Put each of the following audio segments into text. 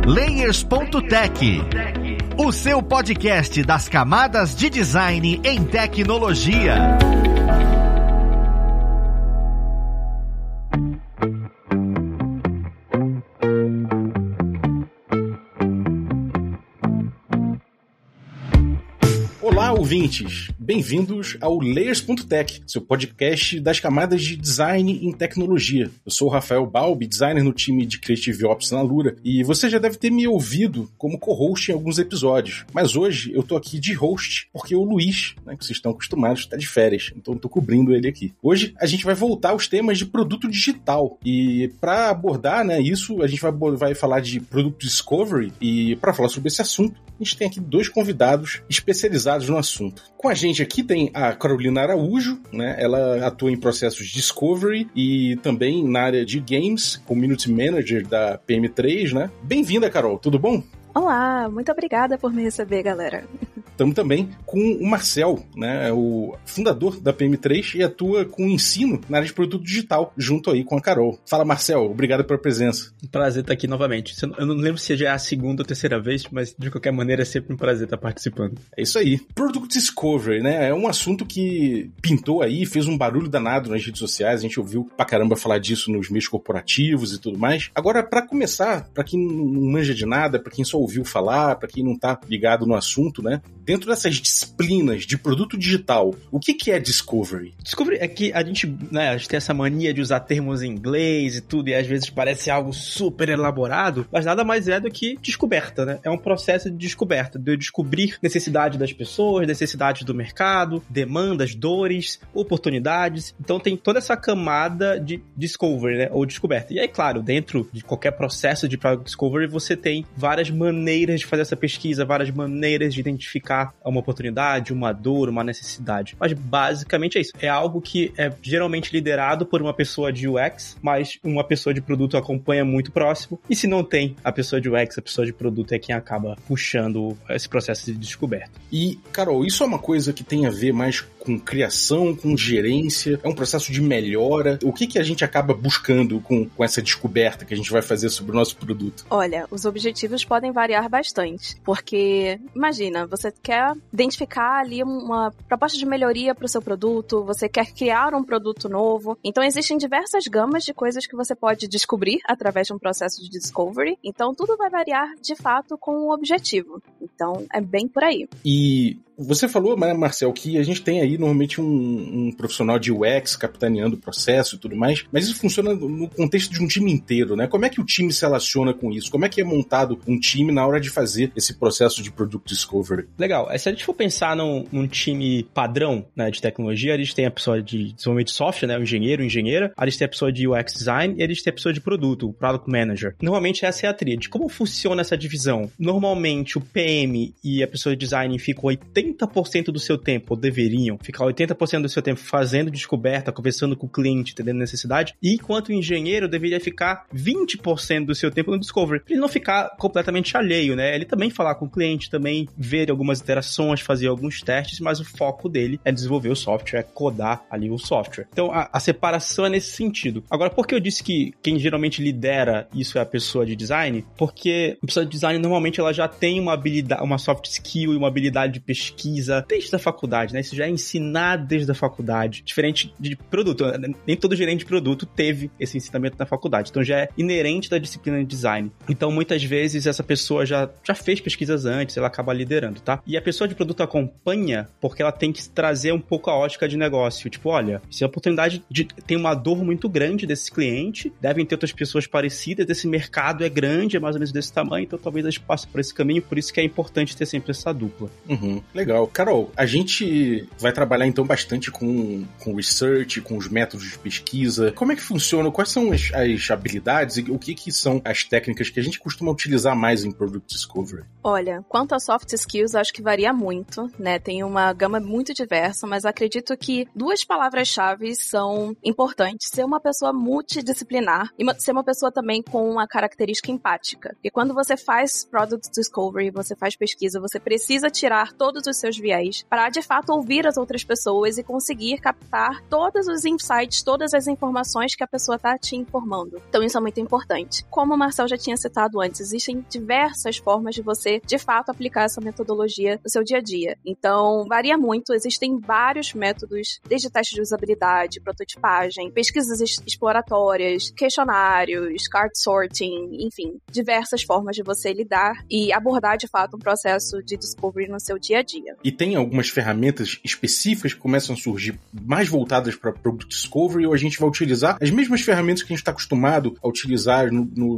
Layers.tech, o seu podcast das camadas de design em tecnologia. Olá, ouvintes! Bem-vindos ao Layers.tech, seu podcast das camadas de design em tecnologia. Eu sou o Rafael Balbi, designer no time de Creative Ops na Lura, e você já deve ter me ouvido como co-host em alguns episódios. Mas hoje eu tô aqui de host, porque o Luiz, que vocês estão acostumados, está de férias, então eu tô cobrindo ele aqui. Hoje a gente vai voltar aos temas de produto digital, e para abordar isso, a gente vai falar de produto discovery, e para falar sobre esse assunto, a gente tem aqui dois convidados especializados no assunto. Com a gente aqui tem a Carolina Araújo, ela atua em processos de discovery e também na área de games, community manager da PM3, Bem-vinda, Carol, tudo bom? Olá, muito obrigada por me receber, galera. Estamos também com o Marcel, o fundador da PM3 e atua com ensino na área de produto digital, junto aí com a Carol. Fala, Marcel, obrigado pela presença. Um prazer estar aqui novamente. Eu não lembro se já é a segunda ou terceira vez, mas de qualquer maneira é sempre um prazer estar participando. É isso aí. Product Discovery, é um assunto que pintou aí, fez um barulho danado nas redes sociais, a gente ouviu pra caramba falar disso nos meios corporativos e tudo mais. Agora, pra começar, pra quem não manja de nada, pra quem só ouviu falar, pra quem não tá ligado no assunto, dentro dessas disciplinas de produto digital, o que é Discovery? Discovery é que a gente tem essa mania de usar termos em inglês e tudo, e às vezes parece algo super elaborado, mas nada mais é do que descoberta, É um processo de descoberta, de eu descobrir necessidade das pessoas, necessidades do mercado, demandas, dores, oportunidades. Então tem toda essa camada de discovery, ou descoberta. E aí, claro, dentro de qualquer processo de product discovery, você tem várias maneiras de fazer essa pesquisa, várias maneiras de identificar uma oportunidade, uma dor, uma necessidade. Mas basicamente é isso. É algo que é geralmente liderado por uma pessoa de UX, mas uma pessoa de produto acompanha muito próximo. E se não tem a pessoa de UX, a pessoa de produto é quem acaba puxando esse processo de descoberta. E, Carol, isso é uma coisa que tem a ver mais com criação, com gerência? É um processo de melhora? O que a gente acaba buscando com essa descoberta que a gente vai fazer sobre o nosso produto? Olha, os objetivos podem variar bastante, porque, imagina, você quer identificar ali uma proposta de melhoria para o seu produto, você quer criar um produto novo, então existem diversas gamas de coisas que você pode descobrir através de um processo de discovery, então tudo vai variar de fato com o objetivo, então é bem por aí. E você falou, Marcel, que a gente tem aí normalmente um profissional de UX capitaneando o processo e tudo mais, mas isso funciona no contexto de um time inteiro, Como é que o time se relaciona com isso? Como é que é montado um time na hora de fazer esse processo de Product Discovery? Legal. Se a gente for pensar num time padrão, de tecnologia, a gente tem a pessoa de desenvolvimento de software, o engenheiro, engenheira, a gente tem a pessoa de UX design e a gente tem a pessoa de produto, o Product Manager. Normalmente essa é a tríade. Como funciona essa divisão? Normalmente o PM e a pessoa de design ficam 80% do seu tempo, ou deveriam ficar 80% do seu tempo fazendo descoberta, conversando com o cliente, entendendo a necessidade, e enquanto o engenheiro deveria ficar 20% do seu tempo no discovery, para ele não ficar completamente alheio, Ele também falar com o cliente, também ver algumas interações, fazer alguns testes, mas o foco dele é desenvolver o software, é codar ali o software. Então a separação é nesse sentido. Agora, por que eu disse que quem geralmente lidera isso é a pessoa de design? Porque a pessoa de design normalmente ela já tem uma habilidade, uma soft skill e uma habilidade de pesquisa desde a faculdade, Isso já é ensinado desde a faculdade. Diferente de produto. Nem todo gerente de produto teve esse ensinamento na faculdade. Então já é inerente da disciplina de design. Então muitas vezes essa pessoa já fez pesquisas antes, ela acaba liderando, tá? E a pessoa de produto acompanha porque ela tem que trazer um pouco a ótica de negócio. Tipo, olha, se a oportunidade tem uma dor muito grande desse cliente, devem ter outras pessoas parecidas, esse mercado é grande, é mais ou menos desse tamanho, então talvez a gente passe por esse caminho, por isso que é importante ter sempre essa dupla. Legal. Carol, a gente vai trabalhar então bastante com research, com os métodos de pesquisa. Como é que funciona? Quais são as habilidades e o que são as técnicas que a gente costuma utilizar mais em Product Discovery? Olha, quanto a soft skills, acho que varia muito, Tem uma gama muito diversa, mas acredito que duas palavras-chave são importantes. Ser uma pessoa multidisciplinar e ser uma pessoa também com uma característica empática. E quando você faz Product Discovery, você faz pesquisa, você precisa tirar todos os seus viés, para de fato ouvir as outras pessoas e conseguir captar todos os insights, todas as informações que a pessoa está te informando. Então isso é muito importante. Como o Marcel já tinha citado antes, existem diversas formas de você, de fato, aplicar essa metodologia no seu dia a dia. Então, varia muito, existem vários métodos, desde testes de usabilidade, prototipagem, pesquisas exploratórias, questionários, card sorting, enfim, diversas formas de você lidar e abordar, de fato, um processo de discovery no seu dia a dia. E tem algumas ferramentas específicas que começam a surgir mais voltadas para Product Discovery, ou a gente vai utilizar as mesmas ferramentas que a gente está acostumado a utilizar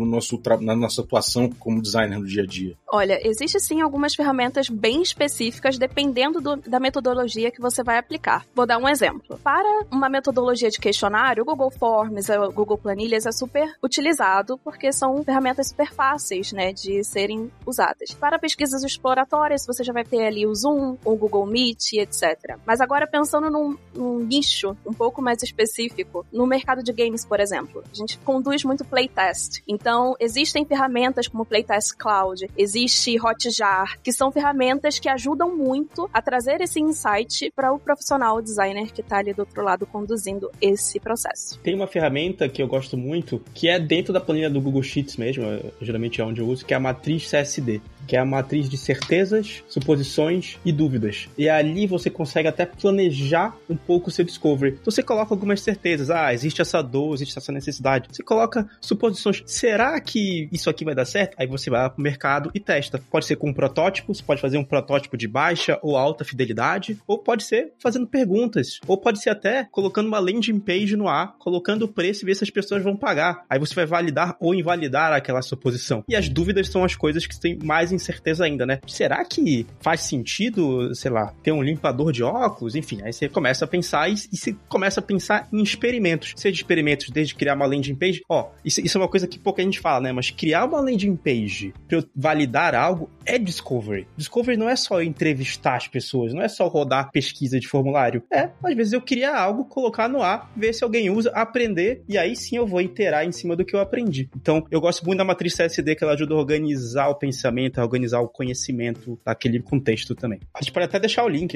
na nossa atuação como designer no dia a dia? Olha, existe sim algumas ferramentas bem específicas dependendo da metodologia que você vai aplicar. Vou dar um exemplo. Para uma metodologia de questionário, o Google Forms, o Google Planilhas é super utilizado porque são ferramentas super fáceis, né, de serem usadas. Para pesquisas exploratórias, você já vai ter ali o Zoom, o Google Meet, etc. Mas agora pensando num nicho um pouco mais específico, no mercado de games, por exemplo, a gente conduz muito playtest. Então, existem ferramentas como Playtest Cloud, existe Hotjar, que são ferramentas que ajudam muito a trazer esse insight para o profissional designer que está ali do outro lado conduzindo esse processo. Tem uma ferramenta que eu gosto muito, que é dentro da planilha do Google Sheets mesmo, geralmente é onde eu uso, que é a matriz CSD, que é a matriz de certezas, suposições e dúvidas. E ali você consegue até planejar um pouco o seu discovery. Então você coloca algumas certezas, existe essa dor, existe essa necessidade. Você coloca suposições, será que isso aqui vai dar certo? Aí você vai pro mercado e testa. Pode ser com um protótipo, você pode fazer um protótipo de baixa ou alta fidelidade, ou pode ser fazendo perguntas, ou pode ser até colocando uma landing page no ar, colocando o preço e ver se as pessoas vão pagar. Aí você vai validar ou invalidar aquela suposição. E as dúvidas são as coisas que têm mais incerteza ainda, né? Será que faz sentido, sei lá, ter um limpador de óculos? Enfim, aí você começa a pensar e você começa a pensar em experimentos. Seja experimentos desde criar uma landing page. Isso é uma coisa que pouca gente fala, né? Mas criar uma landing page para eu validar algo é discovery. Discovery não é só eu entrevistar as pessoas, não é só rodar pesquisa de formulário. Às vezes eu criar algo, colocar no ar, ver se alguém usa, aprender, e aí sim eu vou iterar em cima do que eu aprendi. Então, eu gosto muito da matriz CSD, que ela ajuda a organizar o pensamento, a organizar o conhecimento daquele contexto também. A gente pode até deixar o link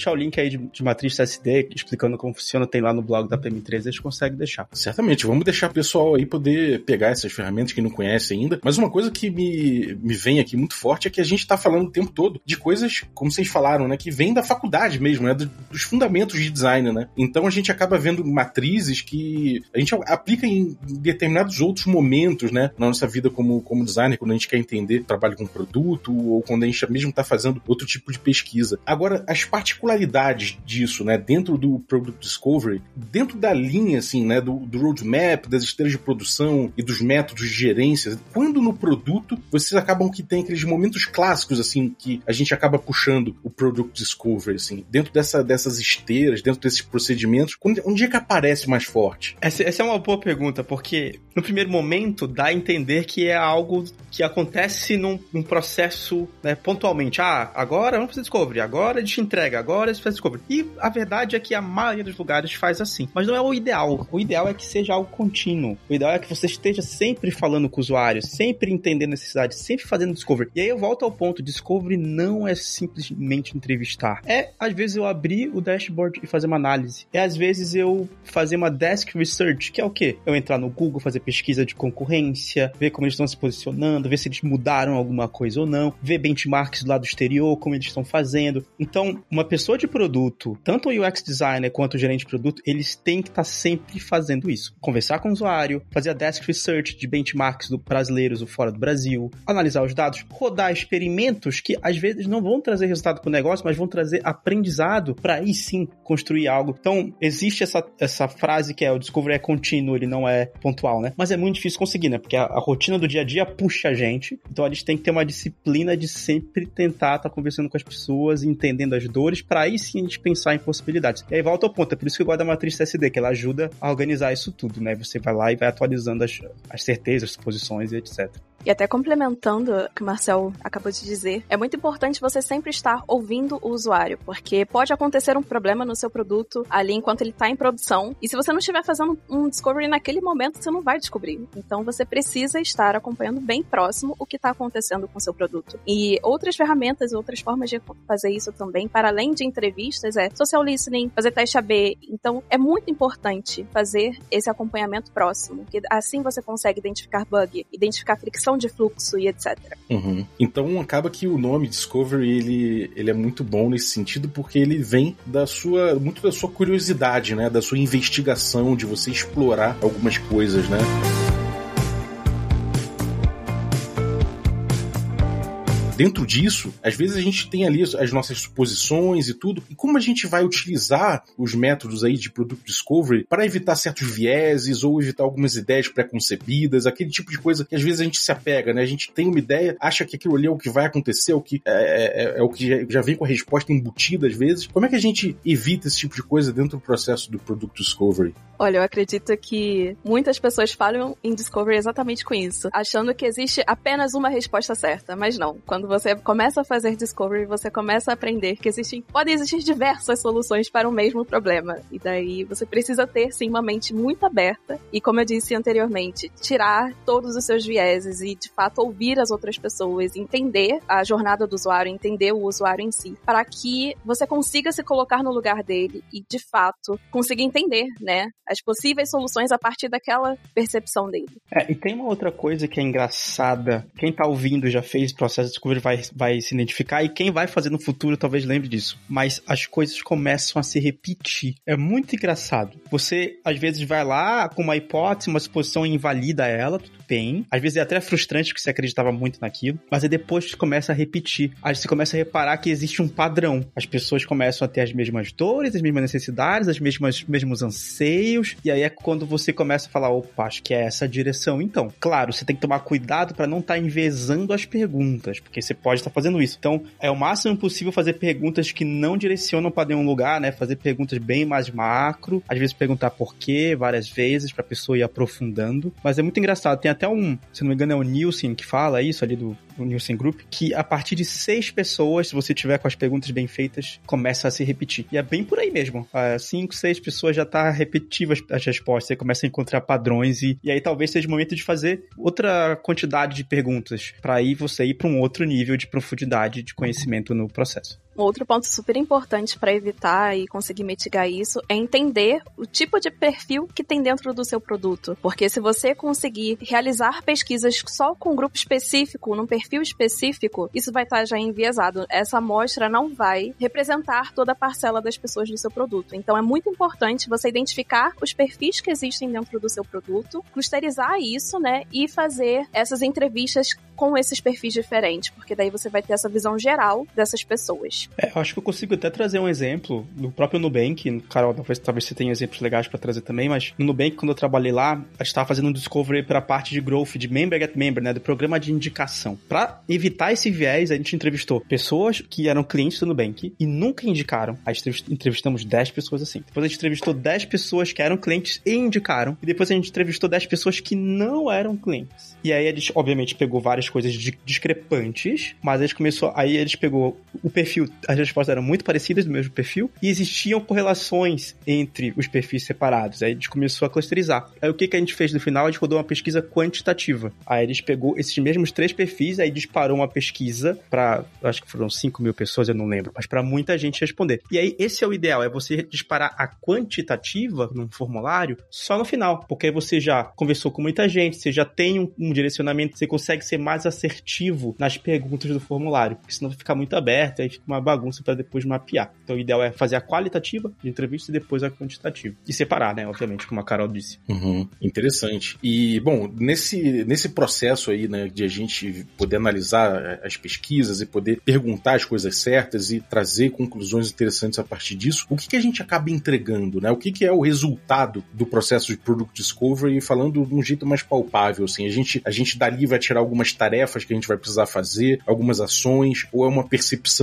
aí de matriz CSD, explicando como funciona, tem lá no blog da PM3, a gente consegue deixar. Certamente, vamos deixar o pessoal aí poder pegar essas ferramentas que não conhece ainda, mas uma coisa que me vem aqui muito forte é que a gente tá falando o tempo todo de coisas, como vocês falaram, né, que vem da faculdade mesmo, né, dos fundamentos de design, né? Então a gente acaba vendo matrizes que a gente aplica em determinados outros momentos, né, na nossa vida como designer, quando a gente quer entender trabalho com produto ou quando a gente mesmo tá fazendo outro tipo de pesquisa. Agora, as particularidades disso, né, dentro do Product Discovery, dentro da linha, assim, né, do roadmap, das esteiras de produção e dos métodos de gerência, quando no produto, vocês acabam que tem aqueles momentos clássicos, assim, que a gente acaba puxando o Product Discovery, assim, dentro dessas esteiras, dentro desses procedimentos, onde é que aparece mais forte? Essa é uma boa pergunta, porque no primeiro momento dá a entender que é algo que acontece num processo, né, pontualmente. Agora vamos fazer discovery, agora a gente entrega, agora a gente faz discovery. E a verdade é que a maioria dos lugares faz assim. Mas não é o ideal. O ideal é que seja algo contínuo. O ideal é que você esteja sempre falando com o usuário, sempre entendendo a necessidade, sempre fazendo discovery. E aí eu volto ao ponto, discovery não é simplesmente entrevistar. Às vezes eu abrir o dashboard e fazer uma análise. Às vezes eu fazer uma desk research, que é o quê? Eu entrar no Google, fazer pesquisa de concorrência, ver como eles estão se posicionando, ver se eles mudaram alguma coisa ou não, ver benchmarks do lado exterior, como eles estão fazendo. Então, uma pessoa de produto, tanto o UX designer quanto o gerente de produto, eles têm que estar sempre fazendo isso. Conversar com o usuário, fazer a desk research de benchmarks brasileiros ou fora do Brasil, analisar os dados, rodar experimentos que às vezes não vão trazer resultado para o negócio, mas vão trazer aprendizado para aí sim construir algo. Então, existe essa frase que o discovery é contínuo, ele não é pontual, né? Mas é muito difícil conseguir, né? Porque a rotina do dia a dia puxa a gente, então a gente tem que ter uma disciplina de sempre tentar estar conversando com as pessoas, entendendo as dores, para aí sim a gente pensar em possibilidades. E aí volta ao ponto, é por isso que eu gosto da matriz CSD, que ela ajuda a organizar isso tudo, né? Você vai lá e vai atualizando as certezas, as suposições e etc. E até complementando o que o Marcel acabou de dizer, é muito importante você sempre estar ouvindo o usuário, porque pode acontecer um problema no seu produto ali enquanto ele está em produção, e se você não estiver fazendo um discovery naquele momento, você não vai descobrir. Então você precisa estar acompanhando bem próximo o que está acontecendo com o seu produto. E outras ferramentas, outras formas de fazer isso também, para além de entrevistas, é social listening, fazer teste AB. Então é muito importante fazer esse acompanhamento próximo, porque assim você consegue identificar bug, identificar fricção de fluxo e etc. Uhum. Então acaba que o nome Discovery ele é muito bom nesse sentido, porque ele vem muito da sua curiosidade, né? Da sua investigação, de você explorar algumas coisas, né? Dentro disso, às vezes a gente tem ali as nossas suposições e tudo, e como a gente vai utilizar os métodos aí de Product Discovery para evitar certos vieses ou evitar algumas ideias pré-concebidas, aquele tipo de coisa que às vezes a gente se apega, né? A gente tem uma ideia, acha que aquilo ali é o que vai acontecer, o que é o que já vem com a resposta embutida às vezes. Como é que a gente evita esse tipo de coisa dentro do processo do Product Discovery? Olha, eu acredito que muitas pessoas falam em Discovery exatamente com isso, achando que existe apenas uma resposta certa, mas não. Quando você começa a fazer Discovery, você começa a aprender que podem existir diversas soluções para o mesmo problema. E daí você precisa ter, sim, uma mente muito aberta e, como eu disse anteriormente, tirar todos os seus vieses e, de fato, ouvir as outras pessoas, entender a jornada do usuário, entender o usuário em si, para que você consiga se colocar no lugar dele e, de fato, consiga entender, né, as possíveis soluções a partir daquela percepção dele. E tem uma outra coisa que é engraçada. Quem tá ouvindo já fez processo de Discovery vai se identificar, e quem vai fazer no futuro talvez lembre disso. Mas as coisas começam a se repetir. É muito engraçado. Você, às vezes, vai lá com uma hipótese, uma suposição e invalida ela, tudo bem. Às vezes é até frustrante porque você acreditava muito naquilo, mas aí depois você começa a repetir. Aí você começa a reparar que existe um padrão. As pessoas começam a ter as mesmas dores, as mesmas necessidades, os mesmos anseios, e aí é quando você começa a falar, opa, acho que é essa a direção. Então, claro, você tem que tomar cuidado para não estar envezando as perguntas, porque você pode estar fazendo isso. Então, é o máximo possível fazer perguntas que não direcionam para nenhum lugar, né? Fazer perguntas bem mais macro, às vezes perguntar por quê várias vezes, para a pessoa ir aprofundando. Mas é muito engraçado. Tem até se não me engano, é o Nielsen que fala isso ali do Nielsen Group, que a partir de 6 pessoas, se você tiver com as perguntas bem feitas, começa a se repetir. E é bem por aí mesmo. 5, 6 pessoas já tá repetitivas as respostas, você começa a encontrar padrões e aí talvez seja o momento de fazer outra quantidade de perguntas, para aí você ir para um outro nível de profundidade de conhecimento no processo. Um outro ponto super importante para evitar e conseguir mitigar isso é entender o tipo de perfil que tem dentro do seu produto. Porque se você conseguir realizar pesquisas só com um grupo específico, num perfil específico, isso vai estar já enviesado. Essa amostra não vai representar toda a parcela das pessoas do seu produto. Então é muito importante você identificar os perfis que existem dentro do seu produto, clusterizar isso, né, e fazer essas entrevistas com esses perfis diferentes, porque daí você vai ter essa visão geral dessas pessoas. Eu acho que eu consigo até trazer um exemplo do próprio Nubank. Carol, talvez você tenha exemplos legais para trazer também, mas no Nubank, quando eu trabalhei lá, a gente estava fazendo um discovery para a parte de growth, de member get member, né, do programa de indicação. Para evitar esse viés, a gente entrevistou pessoas que eram clientes do Nubank e nunca indicaram. Aí entrevistamos 10 pessoas assim. Depois a gente entrevistou 10 pessoas que eram clientes e indicaram. E depois a gente entrevistou 10 pessoas que não eram clientes. E aí eles, obviamente, pegou várias coisas discrepantes, mas eles pegou o perfil, as respostas eram muito parecidas do mesmo perfil, e existiam correlações entre os perfis separados. Aí a gente começou a clusterizar. Aí o que a gente fez no final? A gente rodou uma pesquisa quantitativa. Aí eles pegou esses mesmos 3 perfis, aí disparou uma pesquisa para, acho que foram 5 mil pessoas, eu não lembro, mas para muita gente responder. E aí esse é o ideal, é você disparar a quantitativa num formulário só no final, porque aí você já conversou com muita gente, você já tem um direcionamento, você consegue ser mais assertivo nas perguntas do formulário, porque senão fica muito aberto, aí fica uma bagunça para depois mapear. Então o ideal é fazer a qualitativa de entrevista e depois a quantitativa. E separar, né, obviamente, como a Carol disse. Interessante. E, bom, nesse processo aí, né, de a gente poder analisar as pesquisas e poder perguntar as coisas certas e trazer conclusões interessantes a partir disso, o que a gente acaba entregando, né? O que é o resultado do processo de Product Discovery, falando de um jeito mais palpável, assim? A gente dali vai tirar algumas tarefas que a gente vai precisar fazer, algumas ações, ou é uma percepção que muda?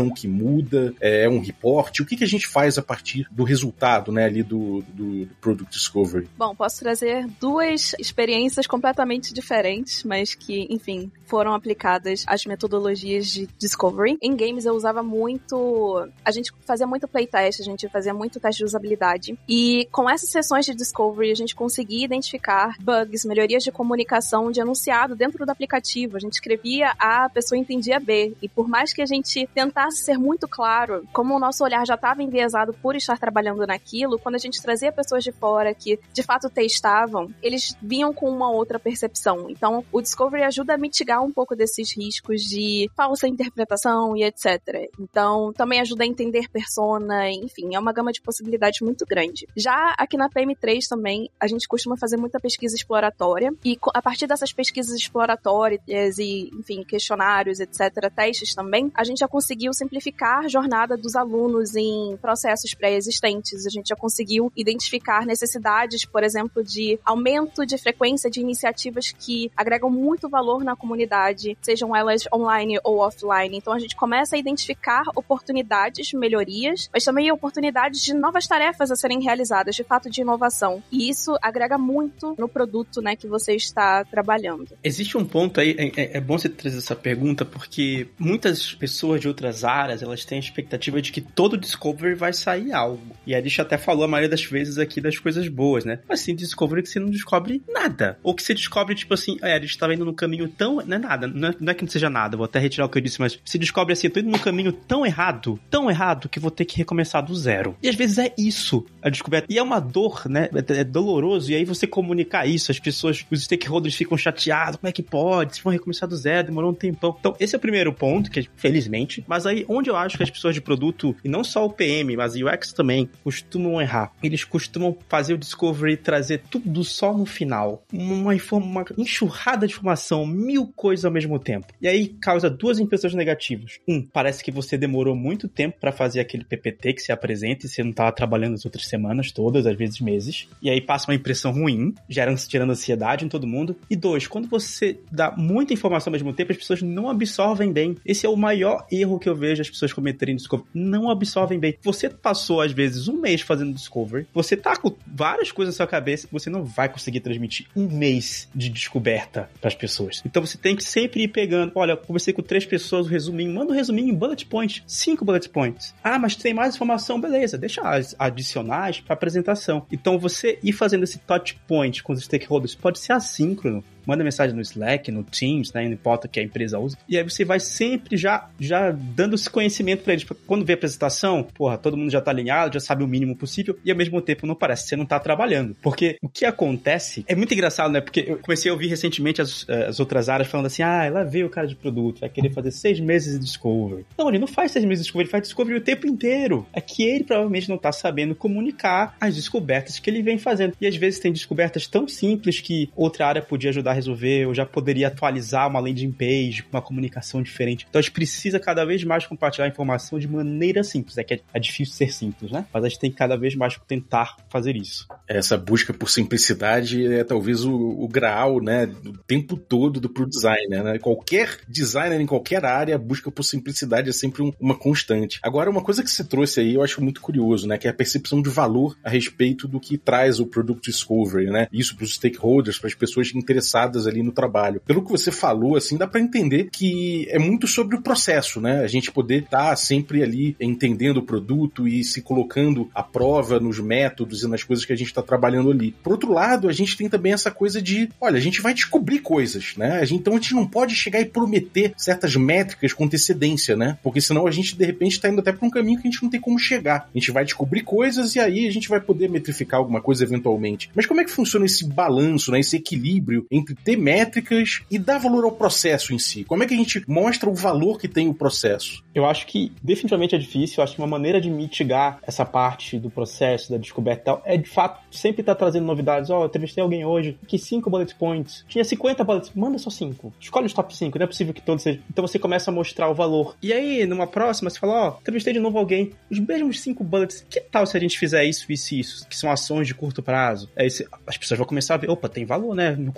muda? É um report? O que a gente faz a partir do resultado, né, ali do Product Discovery? Bom, posso trazer duas experiências completamente diferentes, mas que, enfim, foram aplicadas às metodologias de Discovery. Em games eu usava muito... A gente fazia muito playtest, a gente fazia muito teste de usabilidade. E com essas sessões de Discovery, a gente conseguia identificar bugs, melhorias de comunicação de anunciado dentro do aplicativo. A gente escrevia A, a pessoa entendia B. E por mais que a gente tentasse ser muito claro, como o nosso olhar já estava enviesado por estar trabalhando naquilo, quando a gente trazia pessoas de fora que de fato testavam, eles vinham com uma outra percepção. Então, o Discovery ajuda a mitigar um pouco desses riscos de falsa interpretação e etc. Então, também ajuda a entender persona, enfim, é uma gama de possibilidades muito grande. Já aqui na PM3 também, a gente costuma fazer muita pesquisa exploratória e a partir dessas pesquisas exploratórias e, enfim, questionários, etc., testes também, a gente já conseguiu simplificar a jornada dos alunos em processos pré-existentes. A gente já conseguiu identificar necessidades, por exemplo, de aumento de frequência de iniciativas que agregam muito valor na comunidade, sejam elas online ou offline. Então a gente começa a identificar oportunidades, melhorias, mas também oportunidades de novas tarefas a serem realizadas, de fato de inovação. E isso agrega muito no produto, né, que você está trabalhando. Existe um ponto aí, é bom você trazer essa pergunta, porque muitas pessoas de outras áreas, elas têm a expectativa de que todo Discovery vai sair algo. E a gente até falou a maioria das vezes aqui das coisas boas, né? Mas sim, Discovery que você não descobre nada. Ou que você descobre, tipo assim, a gente estava indo num caminho tão... Não é nada, não é que não seja nada, vou até retirar o que eu disse, mas você descobre assim, eu tô indo num caminho tão errado, que vou ter que recomeçar do zero. E às vezes é isso, a descoberta. E é uma dor, né? É doloroso. E aí você comunicar isso, as pessoas, os stakeholders ficam chateados, como é que pode? Vocês vão recomeçar do zero, demorou um tempão. Então, esse é o primeiro ponto, que felizmente, mas aí onde eu acho que as pessoas de produto, e não só o PM, mas o UX também, costumam errar. Eles costumam fazer o Discovery, trazer tudo só no final. Uma enxurrada de informação, 1000 coisas ao mesmo tempo. E aí causa duas impressões negativas. Parece que você demorou muito tempo para fazer aquele PPT que se apresenta e você não estava trabalhando as outras semanas todas, às vezes meses. E aí passa uma impressão ruim, gerando ansiedade em todo mundo. E 2, quando você dá muita informação ao mesmo tempo, as pessoas não absorvem bem. Esse é o maior erro que eu vejo as pessoas cometerem no Discovery. Não absorvem bem. Você passou, às vezes, um mês fazendo Discovery, você tá com várias coisas na sua cabeça, você não vai conseguir transmitir um mês de descoberta para as pessoas. Então você tem que sempre ir pegando, olha, eu conversei com 3 pessoas, o resuminho, manda um resuminho em bullet points, 5 bullet points. Ah, mas tem mais informação, beleza, deixa as adicionais para apresentação. Então você ir fazendo esse touch point com os stakeholders pode ser assíncrono. Manda mensagem no Slack, no Teams, né, não importa que a empresa use. E aí você vai sempre já dando esse conhecimento pra eles. Quando vê a apresentação, porra, todo mundo já tá alinhado, já sabe o mínimo possível. E ao mesmo tempo não parece que você não tá trabalhando. Porque o que acontece é muito engraçado, né? Porque eu comecei a ouvir recentemente as outras áreas falando assim, lá veio o cara de produto, vai querer fazer 6 meses de Discovery. Não, ele não faz 6 meses de Discovery, ele faz Discovery o tempo inteiro. É que ele provavelmente não tá sabendo comunicar as descobertas que ele vem fazendo. E às vezes tem descobertas tão simples que outra área podia ajudar a resolver, eu já poderia atualizar uma landing page com uma comunicação diferente. Então a gente precisa cada vez mais compartilhar a informação de maneira simples. É que é difícil ser simples, né? Mas a gente tem que cada vez mais tentar fazer isso. Essa busca por simplicidade é talvez o graal, né, do tempo todo pro designer, né? Qualquer designer em qualquer área, a busca por simplicidade é sempre uma constante. Agora, uma coisa que você trouxe aí, eu acho muito curioso, né, que é a percepção de valor a respeito do que traz o Product Discovery, né? Isso para os stakeholders, para as pessoas interessadas ali no trabalho. Pelo que você falou, assim, dá para entender que é muito sobre o processo, né? A gente poder estar sempre ali entendendo o produto e se colocando à prova nos métodos e nas coisas que a gente está trabalhando ali. Por outro lado, a gente tem também essa coisa de, olha, a gente vai descobrir coisas, né? Então a gente não pode chegar e prometer certas métricas com antecedência, né? Porque senão a gente, de repente, está indo até para um caminho que a gente não tem como chegar. A gente vai descobrir coisas e aí a gente vai poder metrificar alguma coisa eventualmente. Mas como é que funciona esse balanço, né? Esse equilíbrio entre ter métricas e dar valor ao processo em si? Como é que a gente mostra o valor que tem o processo? Eu acho que definitivamente é difícil. Eu acho que uma maneira de mitigar essa parte do processo, da descoberta e tal, é de fato sempre estar trazendo novidades. Eu entrevistei alguém hoje, que 5 bullet points, tinha 50 bullet points, manda só 5. Escolhe os top 5, não é possível que todos sejam. Então você começa a mostrar o valor. E aí, numa próxima, você fala, entrevistei de novo alguém, os mesmos 5 bullets, que tal se a gente fizer isso, isso e isso, que são ações de curto prazo? Aí as pessoas vão começar a ver, opa, tem valor, né? No curto prazo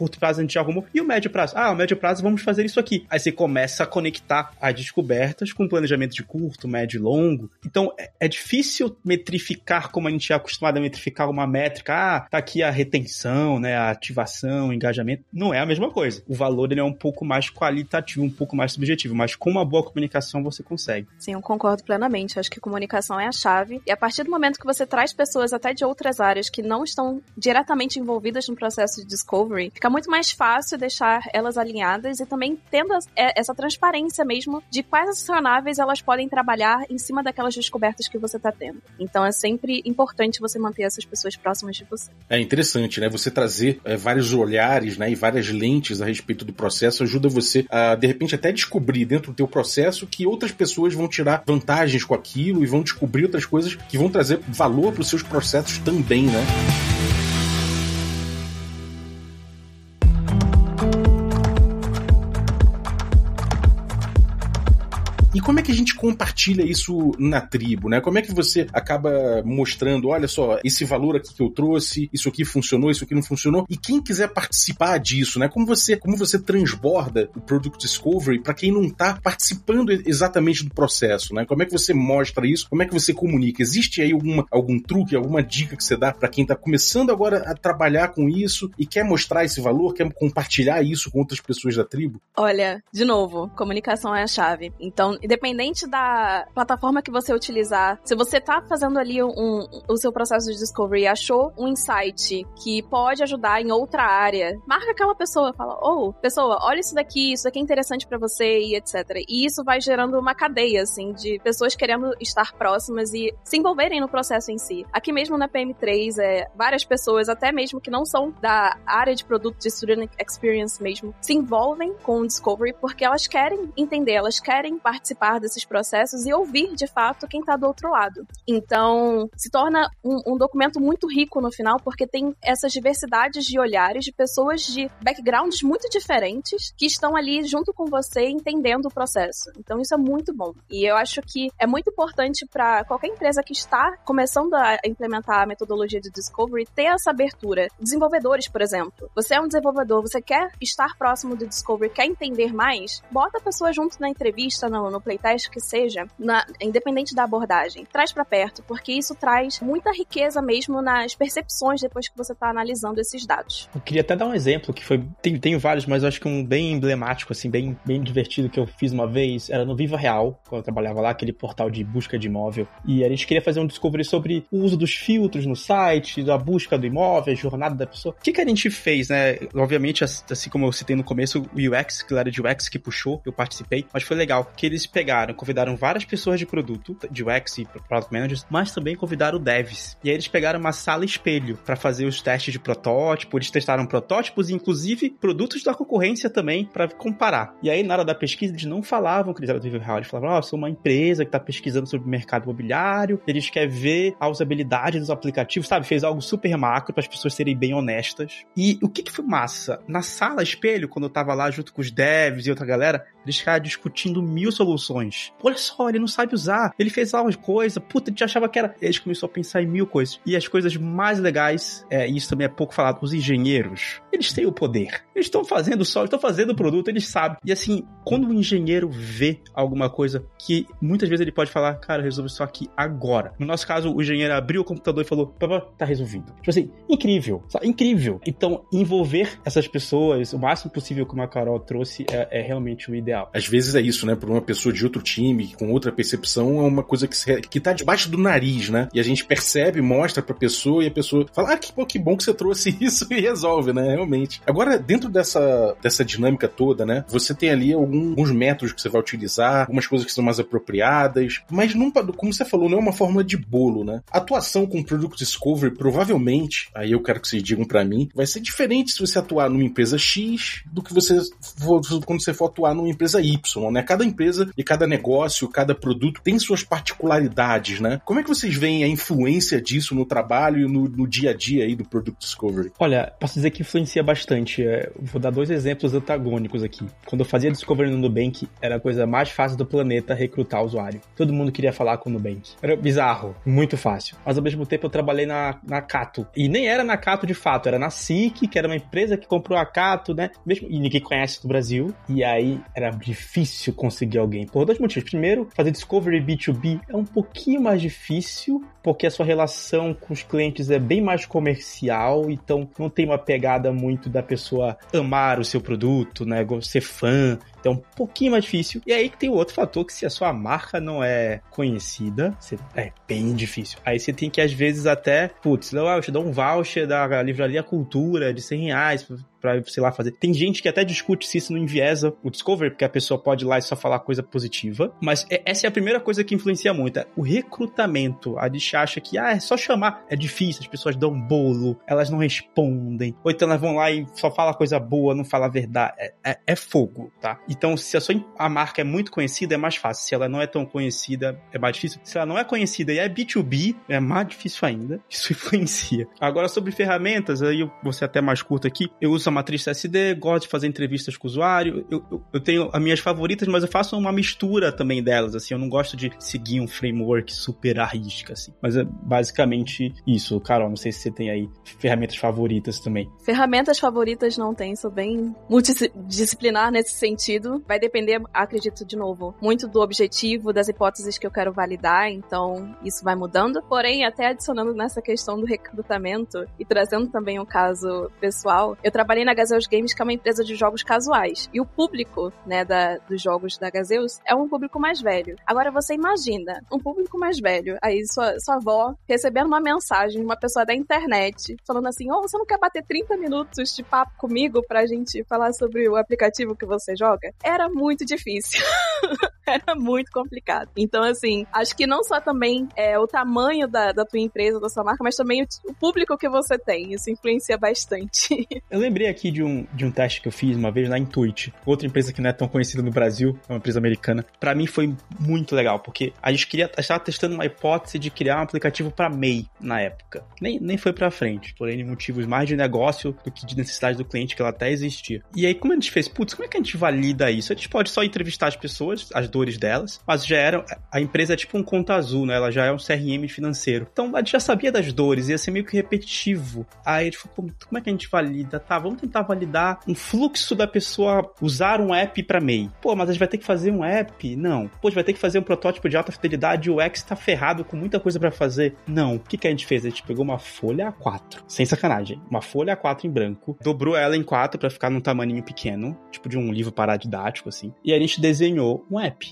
gente já arrumou. E o médio prazo? O médio prazo vamos fazer isso aqui. Aí você começa a conectar as descobertas com planejamento de curto, médio e longo. Então, é difícil metrificar como a gente é acostumado a metrificar uma métrica. Tá aqui a retenção, né, a ativação, o engajamento. Não é a mesma coisa. O valor ele é um pouco mais qualitativo, um pouco mais subjetivo, mas com uma boa comunicação você consegue. Sim, eu concordo plenamente. Acho que comunicação é a chave. E a partir do momento que você traz pessoas até de outras áreas que não estão diretamente envolvidas no processo de discovery, fica muito mais fácil deixar elas alinhadas e também tendo essa transparência mesmo de quais acionáveis elas podem trabalhar em cima daquelas descobertas que você está tendo. Então é sempre importante você manter essas pessoas próximas de você. É interessante, né? Você trazer vários olhares, né, e várias lentes a respeito do processo ajuda você a, de repente, até descobrir dentro do teu processo que outras pessoas vão tirar vantagens com aquilo e vão descobrir outras coisas que vão trazer valor para os seus processos também, né? E como é que a gente compartilha isso na tribo, né? Como é que você acaba mostrando, olha só, esse valor aqui que eu trouxe, isso aqui funcionou, isso aqui não funcionou, e quem quiser participar disso, né? Como você transborda o Product Discovery para quem não está participando exatamente do processo, né? Como é que você mostra isso? Como é que você comunica? Existe aí algum truque, alguma dica que você dá para quem está começando agora a trabalhar com isso e quer mostrar esse valor, quer compartilhar isso com outras pessoas da tribo? Olha, de novo, comunicação é a chave. Então, independente da plataforma que você utilizar, se você tá fazendo ali o seu processo de discovery e achou um insight que pode ajudar em outra área, marca aquela pessoa, fala, pessoa, olha isso daqui é interessante pra você e etc. E isso vai gerando uma cadeia, assim, de pessoas querendo estar próximas e se envolverem no processo em si. Aqui mesmo na PM3, várias pessoas, até mesmo que não são da área de produto de Student Experience mesmo, se envolvem com o discovery porque elas querem entender, elas querem participar desses processos e ouvir, de fato, quem está do outro lado. Então, se torna um documento muito rico no final, porque tem essas diversidades de olhares de pessoas de backgrounds muito diferentes que estão ali junto com você entendendo o processo. Então, isso é muito bom. E eu acho que é muito importante para qualquer empresa que está começando a implementar a metodologia de Discovery ter essa abertura. Desenvolvedores, por exemplo. Você é um desenvolvedor, você quer estar próximo do Discovery, quer entender mais, bota a pessoa junto na entrevista, no playtest que seja, independente da abordagem, traz pra perto, porque isso traz muita riqueza mesmo nas percepções depois que você tá analisando esses dados. Eu queria até dar um exemplo que foi, tenho vários, mas eu acho que um bem emblemático, assim, bem divertido que eu fiz uma vez, era no Viva Real, quando eu trabalhava lá, aquele portal de busca de imóvel, e a gente queria fazer um discovery sobre o uso dos filtros no site, a busca do imóvel, a jornada da pessoa. O que a gente fez, né? Obviamente, assim como eu citei no começo, o UX, que era de UX que puxou, eu participei, mas foi legal, que eles convidaram várias pessoas de produto, de UX e Product Managers, mas também convidaram devs. E aí eles pegaram uma sala espelho para fazer os testes de protótipo, eles testaram protótipos e inclusive produtos da concorrência também para comparar. E aí na hora da pesquisa eles não falavam que eles eram do Viva Real, eles falavam, eu sou uma empresa que tá pesquisando sobre o mercado imobiliário, eles querem ver a usabilidade dos aplicativos, sabe? Fez algo super macro para as pessoas serem bem honestas. E o que foi massa? Na sala espelho, quando eu tava lá junto com os devs e outra galera, eles ficaram discutindo 1000 soluções. Olha só, ele não sabe usar, ele fez alguma coisa, puta, a gente achava que era... Eles começaram a pensar em 1000 coisas. E as coisas mais legais, e isso também é pouco falado, os engenheiros, eles têm o poder. Eles estão fazendo estão fazendo o produto, eles sabem. E assim, quando o engenheiro vê alguma coisa que muitas vezes ele pode falar, cara, resolve isso aqui agora. No nosso caso, o engenheiro abriu o computador e falou, tá resolvido. Tipo assim, incrível, sabe? Incrível. Então, envolver essas pessoas o máximo possível, como a Carol trouxe, é realmente o ideal. Às vezes é isso, né? Por uma pessoa de outro time, com outra percepção, é uma coisa que tá debaixo do nariz, né? E a gente percebe, mostra pra pessoa e a pessoa fala, que bom que você trouxe isso e resolve, né? Realmente. Agora, dentro dessa dinâmica toda, né? Você tem ali alguns métodos que você vai utilizar, algumas coisas que são mais apropriadas, mas não, como você falou, não é uma fórmula de bolo, né? A atuação com Product Discovery, provavelmente, aí eu quero que vocês digam pra mim, vai ser diferente se você atuar numa empresa X do que quando você for atuar numa empresa Y, né? Cada empresa e cada negócio, cada produto tem suas particularidades, né? Como é que vocês veem a influência disso no trabalho e no dia a dia aí do Product Discovery? Olha, posso dizer que influencia bastante. Vou dar 2 exemplos antagônicos aqui. Quando eu fazia Discovery no Nubank, era a coisa mais fácil do planeta recrutar usuário. Todo mundo queria falar com o Nubank. Era bizarro, muito fácil. Mas ao mesmo tempo eu trabalhei na Cato. E nem era na Cato de fato, era na SIC, que era uma empresa que comprou a Cato, né? Mesmo, e ninguém conhece do Brasil. E aí era difícil conseguir alguém. Por 2 motivos. Primeiro, fazer Discovery B2B é um pouquinho mais difícil, porque a sua relação com os clientes é bem mais comercial, então não tem uma pegada muito da pessoa amar o seu produto, né? Ser fã. Então é um pouquinho mais difícil. E aí que tem o outro fator, que se a sua marca não é conhecida, é bem difícil. Aí você tem que, às vezes, até, eu te dou um voucher da Livraria Cultura de R$100 pra, sei lá, fazer. Tem gente que até discute se isso não enviesa o Discovery, porque a pessoa pode ir lá e só falar coisa positiva. Mas essa é a primeira coisa que influencia muito, o recrutamento. A gente acha que, é só chamar. É difícil, as pessoas dão bolo, elas não respondem. Ou então elas vão lá e só falam coisa boa, não falam a verdade. É fogo, tá? Então, se a marca é muito conhecida, é mais fácil. Se ela não é tão conhecida, é mais difícil. Se ela não é conhecida e é B2B, é mais difícil ainda. Isso influencia. Agora, sobre ferramentas, aí eu vou ser até mais curto aqui. Eu uso a matriz CSD, gosto de fazer entrevistas com o usuário. Eu tenho as minhas favoritas, mas eu faço uma mistura também delas, assim. Eu não gosto de seguir um framework super artístico, assim. Mas é basicamente isso. Carol, não sei se você tem aí ferramentas favoritas também. Ferramentas favoritas não tem, sou bem multidisciplinar nesse sentido. Vai depender, acredito, de novo, muito do objetivo, das hipóteses que eu quero validar, então isso vai mudando. Porém, até adicionando nessa questão do recrutamento e trazendo também um caso pessoal, eu trabalhei na Gazeus Games, que é uma empresa de jogos casuais, e o público, né, dos jogos da Gazeus é um público mais velho. Agora você imagina, um público mais velho, aí sua avó recebendo uma mensagem de uma pessoa da internet, falando assim, você não quer bater 30 minutos de papo comigo pra gente falar sobre o aplicativo que você joga? Era muito difícil. Era muito complicado. Então, assim, acho que não só também o tamanho da tua empresa, da sua marca, mas também o público que você tem. Isso influencia bastante. Eu lembrei aqui de um teste que eu fiz uma vez na Intuit, outra empresa que não é tão conhecida no Brasil, é uma empresa americana. Pra mim foi muito legal, porque a gente estava testando uma hipótese de criar um aplicativo pra MEI na época. Nem foi pra frente, por N motivos mais de negócio do que de necessidade do cliente, que ela até existia. E aí, como a gente fez? Como é que a gente valida isso? A gente pode só entrevistar as pessoas, as dores delas, mas a empresa é tipo um conta azul, né? Ela já é um CRM financeiro. Então, a gente já sabia das dores, ia ser meio que repetitivo. Aí a gente falou, como é que a gente valida? Tá, vamos tentar validar um fluxo da pessoa usar um app pra MEI. Mas a gente vai ter que fazer um app? Não. A gente vai ter que fazer um protótipo de alta fidelidade, o UX tá ferrado com muita coisa pra fazer? Não. O que a gente fez? A gente pegou uma folha A4, sem sacanagem, uma folha A4 em branco, dobrou ela em 4 pra ficar num tamaninho pequeno, tipo de um livro paradidático, assim, e aí a gente desenhou um app.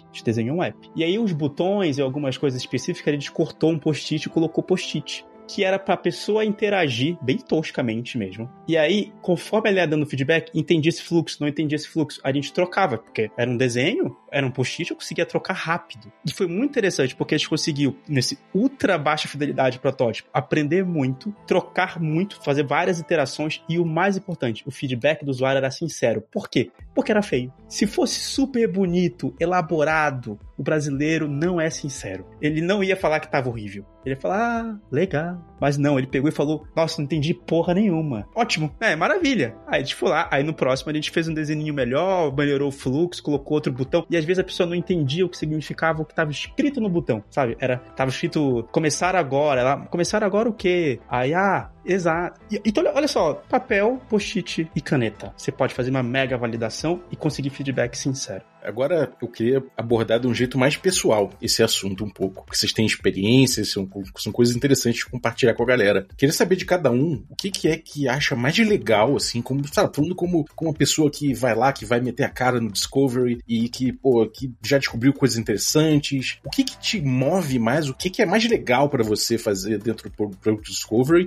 E aí os botões e algumas coisas específicas, a gente cortou um post-it e colocou post-it, que era pra pessoa interagir, bem toscamente mesmo. E aí, conforme ela ia dando feedback, entendia esse fluxo, não entendia esse fluxo, a gente trocava, porque era um desenho, era um post-it, eu conseguia trocar rápido. E foi muito interessante, porque a gente conseguiu, nesse ultra baixa fidelidade protótipo, aprender muito, trocar muito, fazer várias iterações, e o mais importante, o feedback do usuário era sincero. Por quê? Porque era feio. Se fosse super bonito, elaborado, o brasileiro não é sincero. Ele não ia falar que tava horrível. Ele ia falar, legal. Mas não, ele pegou e falou, nossa, não entendi porra nenhuma. Ótimo, maravilha. Aí a gente foi lá, aí no próximo a gente fez um desenho melhor, melhorou o fluxo, colocou outro botão, e às vezes a pessoa não entendia o que significava o que estava escrito no botão, sabe? Tava escrito, começar agora. Começar agora o quê? Aí, exato. Então, olha só, papel, post-it e caneta. Você pode fazer uma mega validação e conseguir feedback sincero. Agora, eu queria abordar de um jeito mais pessoal esse assunto um pouco. Porque vocês têm experiências, são coisas interessantes de compartilhar com a galera. Queria saber de cada um o que é que acha mais legal, assim, falando como uma pessoa que vai lá, que vai meter a cara no Discovery e que já descobriu coisas interessantes. O que te move mais? O que é mais legal pra você fazer dentro do Product Discovery? E o que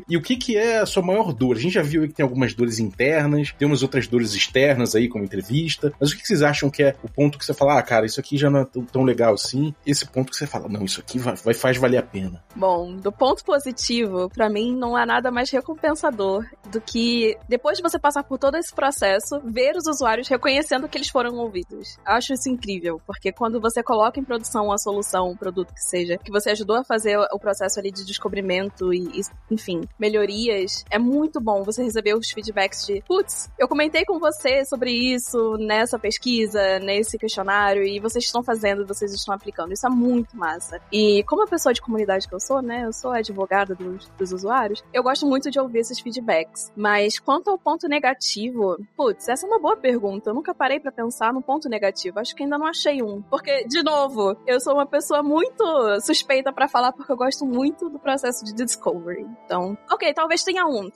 que é a sua maior dor? A gente já viu aí que tem algumas dores internas, tem umas outras dores externas aí, como entrevista, mas o que vocês acham que é o ponto que você fala, cara, isso aqui já não é tão legal assim, esse ponto que você fala, não, isso aqui faz valer a pena? Bom, do ponto positivo, pra mim não há nada mais recompensador do que, depois de você passar por todo esse processo, ver os usuários reconhecendo que eles foram ouvidos. Eu acho isso incrível, porque quando você coloca em produção uma solução, um produto que seja, que você ajudou a fazer o processo ali de descobrimento e enfim, melhorias, é muito bom você receber os feedbacks de, putz, eu comentei com você sobre isso nessa pesquisa, nesse questionário, e vocês estão fazendo, vocês estão aplicando. Isso é muito massa. E como a pessoa de comunidade que eu sou, né, eu sou advogada dos usuários, eu gosto muito de ouvir esses feedbacks. Mas quanto ao ponto negativo, putz, essa é uma boa pergunta. Eu nunca parei pra pensar no ponto negativo. Acho que ainda não achei um. Porque, de novo, eu sou uma pessoa muito suspeita pra falar porque eu gosto muito do processo de discovery. Então, ok, talvez tenha um.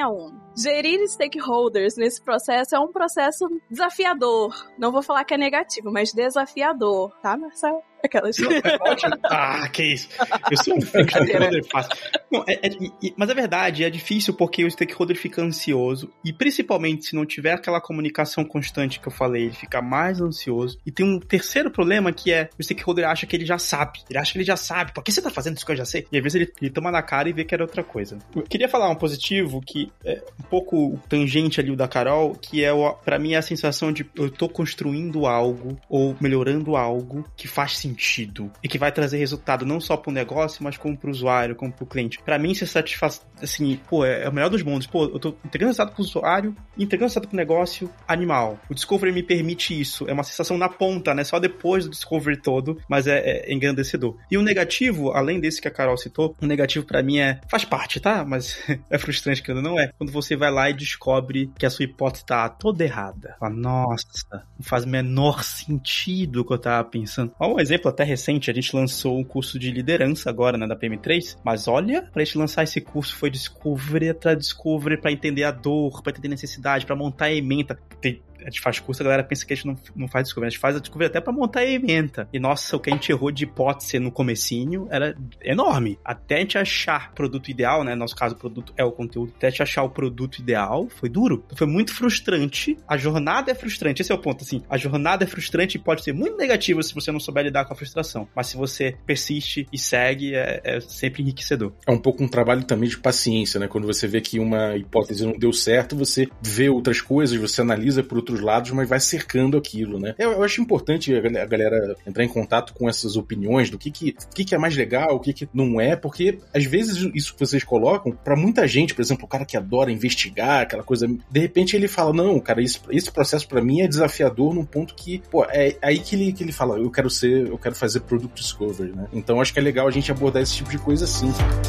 Gerir stakeholders nesse processo é um processo desafiador. Não vou falar que é negativo, mas desafiador, tá, Marcelo? Aquelas... Não, é ótimo. Que isso. Eu sou um stakeholder fácil. Não, mas a verdade, é difícil porque o stakeholder fica ansioso e principalmente se não tiver aquela comunicação constante que eu falei, ele fica mais ansioso. E tem um terceiro problema que é o stakeholder acha que ele já sabe. Ele acha que ele já sabe. Por que você tá fazendo isso que eu já sei? E às vezes ele toma na cara e vê que era outra coisa. Eu queria falar um positivo que é um pouco tangente ali o da Carol, que é pra mim é a sensação de eu tô construindo algo ou melhorando algo que faz sentido e que vai trazer resultado não só pro negócio, mas como pro usuário, como pro cliente. Pra mim, se satisfaz, assim, é o melhor dos mundos. Eu tô entregando resultado pro usuário e entregando resultado pro negócio animal. O Discovery me permite isso. É uma sensação na ponta, né? Só depois do Discovery todo, mas é engrandecedor. E o negativo, além desse que a Carol citou, o negativo pra mim faz parte, tá? Mas é frustrante quando não é. Quando você vai lá e descobre que a sua hipótese tá toda errada. Fala, nossa, não faz o menor sentido o que eu tava pensando. Ó, um exemplo até recente, a gente lançou um curso de liderança agora, né, da PM3, mas olha, pra gente lançar esse curso foi discovery atrás discovery pra entender a dor, pra entender a necessidade, pra montar a ementa. A gente faz curso, a galera pensa que a gente não faz discovery, a gente faz a discovery até pra montar a ementa. E nossa, o que a gente errou de hipótese no comecinho era enorme. Até a gente achar o produto ideal, né, no nosso caso o produto é o conteúdo, até a gente achar o produto ideal, foi duro. Então, foi muito frustrante. A jornada é frustrante, esse é o ponto, assim, a jornada é frustrante e pode ser muito negativa se você não souber lidar com a frustração. Mas se você persiste e segue, é sempre enriquecedor. É um pouco um trabalho também de paciência, né? Quando você vê que uma hipótese não deu certo, você vê outras coisas, você analisa por outros lados, mas vai cercando aquilo, né? Eu acho importante a galera entrar em contato com essas opiniões do que é mais legal, o que não é, porque às vezes isso que vocês colocam, pra muita gente, por exemplo, o cara que adora investigar, aquela coisa, de repente ele fala, não, cara, esse processo pra mim é desafiador num ponto que, pô, é aí que ele fala, eu quero fazer Product Discovery, né? Então acho que é legal a gente abordar esse tipo de coisa assim.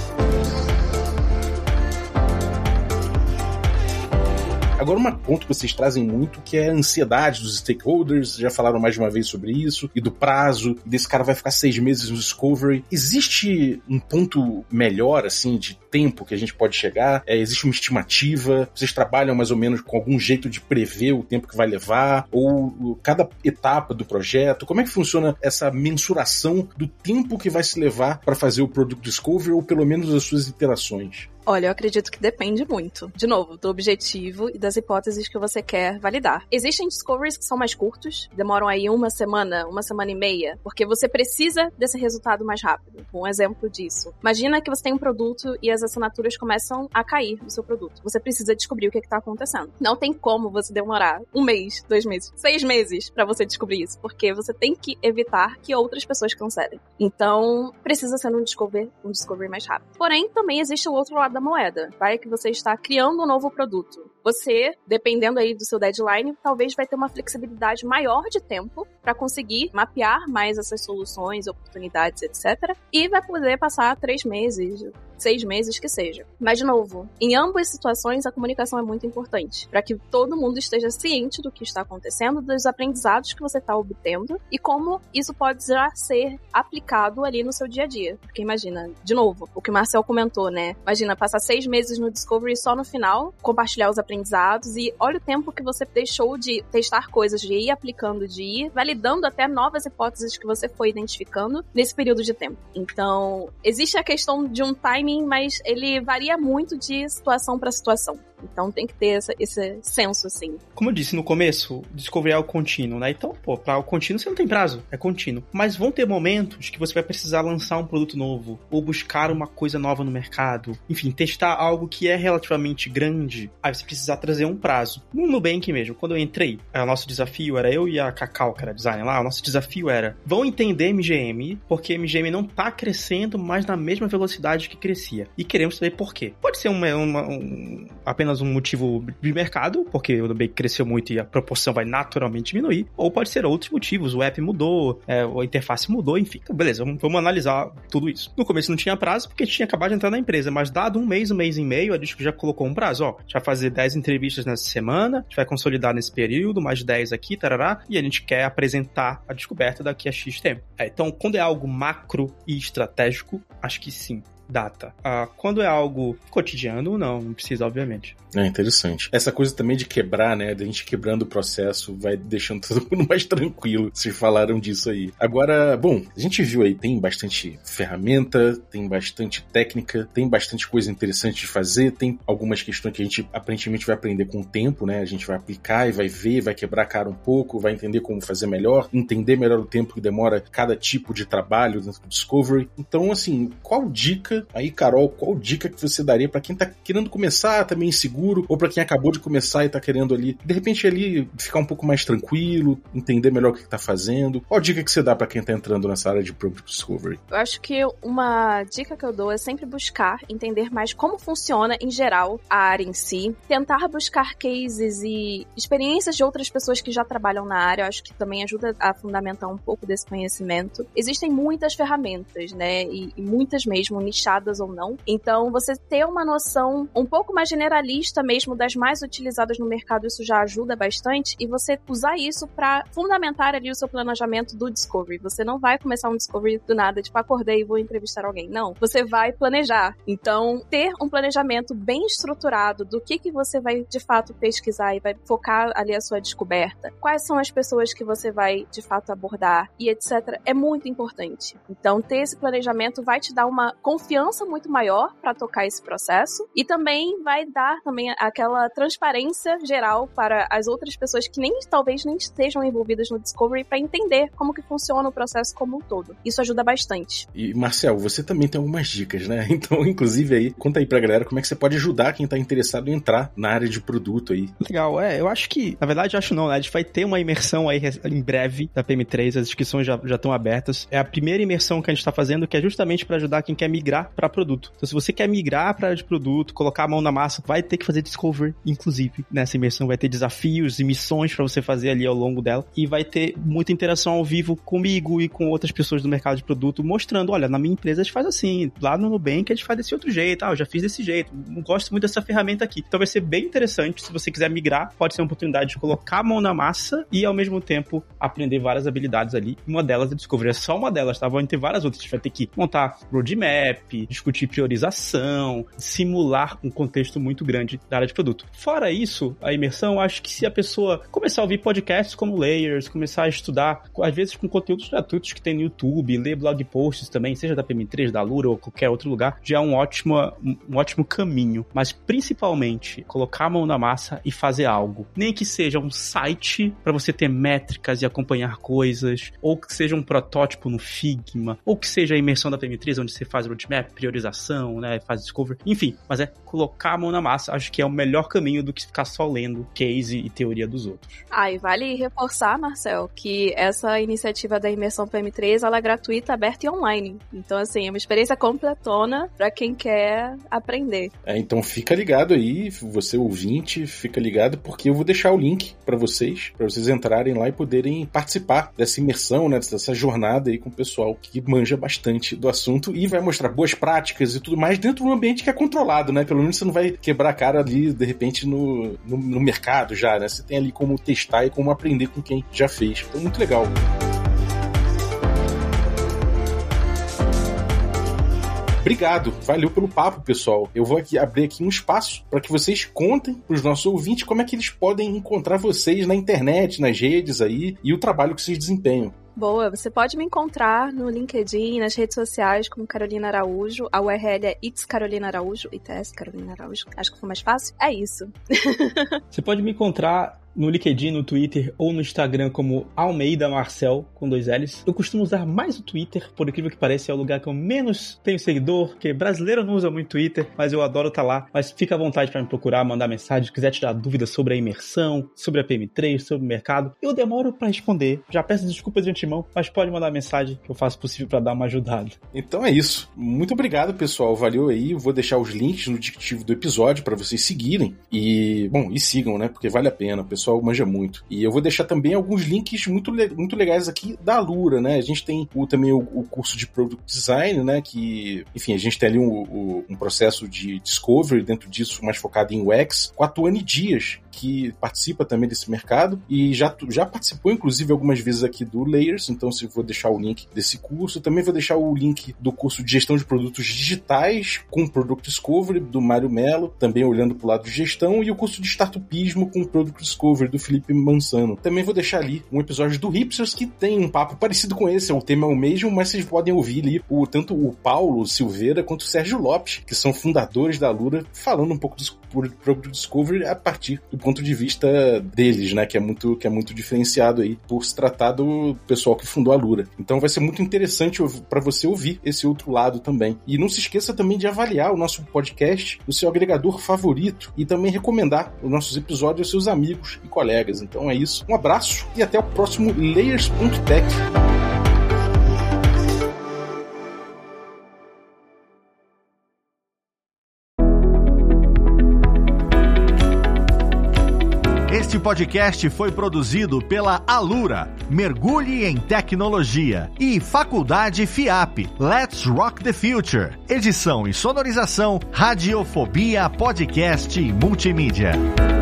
Agora, um ponto que vocês trazem muito, que é a ansiedade dos stakeholders, já falaram mais de uma vez sobre isso, e do prazo, e desse cara vai ficar 6 meses no Discovery. Existe um ponto melhor, assim, de tempo que a gente pode chegar? Existe uma estimativa? Vocês trabalham mais ou menos com algum jeito de prever o tempo que vai levar? Ou cada etapa do projeto? Como é que funciona essa mensuração do tempo que vai se levar para fazer o Product Discovery, ou pelo menos as suas iterações? Olha, eu acredito que depende muito, de novo, do objetivo e das hipóteses que você quer validar. Existem discoveries que são mais curtos, demoram aí uma semana e meia, porque você precisa desse resultado mais rápido. Um exemplo disso. Imagina que você tem um produto e as assinaturas começam a cair no seu produto. Você precisa descobrir o que está acontecendo. Não tem como você demorar 1 mês, 2 meses, 6 meses para você descobrir isso, porque você tem que evitar que outras pessoas cancelem. Então, precisa ser um discovery mais rápido. Porém, também existe o outro lado da moeda. Vai que você está criando um novo produto. Você, dependendo aí do seu deadline, talvez vai ter uma flexibilidade maior de tempo para conseguir mapear mais essas soluções, oportunidades, etc. E vai poder passar 3 meses, 6 meses que seja. Mas, de novo, em ambas situações, a comunicação é muito importante, para que todo mundo esteja ciente do que está acontecendo, dos aprendizados que você está obtendo e como isso pode já ser aplicado ali no seu dia a dia. Porque imagina, de novo, o que o Marcel comentou, né? Imagina, passar 6 meses no Discovery e só no final compartilhar os aprendizados aprendizados e olha o tempo que você deixou de testar coisas, de ir aplicando, de ir validando até novas hipóteses que você foi identificando nesse período de tempo. Então, existe a questão de um timing, mas ele varia muito de situação para situação. Então tem que ter esse senso, assim. Como eu disse no começo, Discovery é o contínuo, né? Então, pra o contínuo você não tem prazo, é contínuo. Mas vão ter momentos que você vai precisar lançar um produto novo, ou buscar uma coisa nova no mercado. Enfim, testar algo que é relativamente grande. Aí você precisar trazer um prazo. No Nubank mesmo, quando eu entrei, o nosso desafio era eu e a Cacau, que era designer lá, o nosso desafio era, vão entender MGM, porque MGM não tá crescendo mais na mesma velocidade que crescia. E queremos saber por quê. Pode ser apenas um motivo de mercado, porque o Nubank cresceu muito e a proporção vai naturalmente diminuir, ou pode ser outros motivos, o app mudou, a interface mudou, enfim. Então, beleza, vamos analisar tudo isso. No começo não tinha prazo, porque tinha acabado de entrar na empresa, mas dado um mês e meio, a gente já colocou um prazo, ó, a gente vai fazer 10 entrevistas nessa semana, a gente vai consolidar nesse período, mais 10 aqui, tarará, e a gente quer apresentar a descoberta daqui a X tempo. Então, quando é algo macro e estratégico, acho que sim. Data. Quando é algo cotidiano, não precisa, obviamente. É interessante. Essa coisa também de quebrar, né? Da gente quebrando o processo, vai deixando todo mundo mais tranquilo. Vocês falaram disso aí. Agora, bom, a gente viu aí, tem bastante ferramenta, tem bastante técnica, tem bastante coisa interessante de fazer, tem algumas questões que a gente aparentemente vai aprender com o tempo, né? A gente vai aplicar e vai ver, vai quebrar a cara um pouco, vai entender como fazer melhor, entender melhor o tempo que demora cada tipo de trabalho dentro do Discovery. Então, assim, qual dica aí, Carol, qual dica que você daria pra quem tá querendo começar, tá meio inseguro, ou pra quem acabou de começar e tá querendo ali, de repente ali, ficar um pouco mais tranquilo, entender melhor o que tá fazendo? Qual dica que você dá pra quem tá entrando nessa área de Product Discovery? Eu acho que uma dica que eu dou é sempre buscar entender mais como funciona, em geral, a área em si, tentar buscar cases e experiências de outras pessoas que já trabalham na área. Eu acho que também ajuda a fundamentar um pouco desse conhecimento. Existem muitas ferramentas, né, e muitas mesmo, nichadas ou não. Então, você ter uma noção um pouco mais generalista mesmo das mais utilizadas no mercado, isso já ajuda bastante, e você usar isso para fundamentar ali o seu planejamento do Discovery. Você não vai começar um Discovery do nada, tipo, acordei e vou entrevistar alguém. Não. Você vai planejar. Então, ter um planejamento bem estruturado do que você vai, de fato, pesquisar e vai focar ali a sua descoberta. Quais são as pessoas que você vai, de fato, abordar e etc. é muito importante. Então, ter esse planejamento vai te dar uma confiança muito maior para tocar esse processo e também vai dar também aquela transparência geral para as outras pessoas que talvez nem estejam envolvidas no Discovery para entender como que funciona o processo como um todo. Isso ajuda bastante. E, Marcel, você também tem algumas dicas, né? Então, inclusive aí, conta aí pra galera como é que você pode ajudar quem tá interessado em entrar na área de produto aí. Legal, eu acho que, na verdade, acho não, né? A gente vai ter uma imersão aí em breve da PM3, as inscrições já estão abertas. É a primeira imersão que a gente tá fazendo, que é justamente para ajudar quem quer migrar para produto. Então, se você quer migrar para área de produto, colocar a mão na massa, vai ter que fazer Discovery, inclusive. Nessa imersão vai ter desafios e missões para você fazer ali ao longo dela, e vai ter muita interação ao vivo comigo e com outras pessoas do mercado de produto, mostrando, olha, na minha empresa a gente faz assim, lá no Nubank a gente faz desse outro jeito, eu já fiz desse jeito, não gosto muito dessa ferramenta aqui. Então vai ser bem interessante, se você quiser migrar, pode ser uma oportunidade de colocar a mão na massa e ao mesmo tempo aprender várias habilidades ali. Uma delas é Discovery, é só uma delas, tá? Vão ter várias outras, a gente vai ter que montar roadmap, discutir priorização, simular um contexto muito grande da área de produto. Fora isso, a imersão, acho que se a pessoa começar a ouvir podcasts como Layers, começar a estudar, às vezes com conteúdos gratuitos que tem no YouTube, ler blog posts também, seja da PM3, da Lura ou qualquer outro lugar, já é um ótimo caminho. Mas principalmente, colocar a mão na massa e fazer algo. Nem que seja um site para você ter métricas e acompanhar coisas, ou que seja um protótipo no Figma, ou que seja a imersão da PM3, onde você faz roadmap, priorização, né, faz discovery, enfim, mas é colocar a mão na massa. Acho que é o melhor caminho do que ficar só lendo case e teoria dos outros. E vale reforçar, Marcel, que essa iniciativa da imersão PM3, ela é gratuita, aberta e online. Então, assim, é uma experiência completona para quem quer aprender. Então fica ligado aí, você ouvinte, fica ligado, porque eu vou deixar o link para vocês entrarem lá e poderem participar dessa imersão, né, dessa jornada aí com o pessoal que manja bastante do assunto e vai mostrar boas práticas e tudo mais dentro de um ambiente que é controlado, né? Pelo menos você não vai quebrar a cara ali, de repente, no mercado já, né? Você tem ali como testar e como aprender com quem já fez. Então, muito legal. Obrigado, valeu pelo papo, pessoal. Eu vou abrir aqui um espaço para que vocês contem para os nossos ouvintes como é que eles podem encontrar vocês na internet, nas redes aí, e o trabalho que vocês desempenham. Boa, você pode me encontrar no LinkedIn, nas redes sociais como Carolina Araújo. A URL é It's Carolina Araújo, ITS Carolina Araújo. Acho que foi mais fácil. É isso. Você pode me encontrar no LinkedIn, no Twitter ou no Instagram como Almeida Marcel, com 2 L's. Eu costumo usar mais o Twitter, por incrível que pareça, é o lugar que eu menos tenho seguidor, porque brasileiro não usa muito Twitter, mas eu adoro estar lá. Mas fica à vontade para me procurar, mandar mensagem, se quiser tirar dúvidas sobre a imersão, sobre a PM3, sobre o mercado. Eu demoro para responder, já peço desculpas de antemão, mas pode mandar mensagem que eu faço o possível para dar uma ajudada. Então é isso. Muito obrigado, pessoal. Valeu aí. Eu vou deixar os links no descritivo do episódio para vocês seguirem. E sigam, né? Porque vale a pena, o pessoal manja muito. E eu vou deixar também alguns links muito legais aqui da Alura, né? A gente tem também o curso de Product Design, né? Que, enfim, a gente tem ali um processo de discovery dentro disso, mais focado em UX, com a Tuane Dias, que participa também desse mercado e já participou, inclusive, algumas vezes aqui do Layers, então eu vou deixar o link desse curso. Também vou deixar o link do curso de gestão de produtos digitais com Product Discovery, do Mário Mello, também olhando para o lado de gestão, e o curso de startupismo com Product Discovery, do Felipe Mansano. Também vou deixar ali um episódio do Hipsters que tem um papo parecido com esse, o tema é o mesmo, mas vocês podem ouvir ali tanto o Paulo Silveira quanto o Sérgio Lopes, que são fundadores da Alura, falando um pouco de Product Discovery a partir do ponto de vista deles, né, que é muito diferenciado aí, por se tratar do pessoal que fundou a Alura. Então vai ser muito interessante para você ouvir esse outro lado também. E não se esqueça também de avaliar o nosso podcast no seu agregador favorito e também recomendar os nossos episódios aos seus amigos e colegas. Então é isso. Um abraço e até o próximo Layers.tech. Este podcast foi produzido pela Alura, Mergulhe em Tecnologia, e Faculdade FIAP, Let's Rock the Future. Edição e sonorização, Radiofobia Podcast e Multimídia.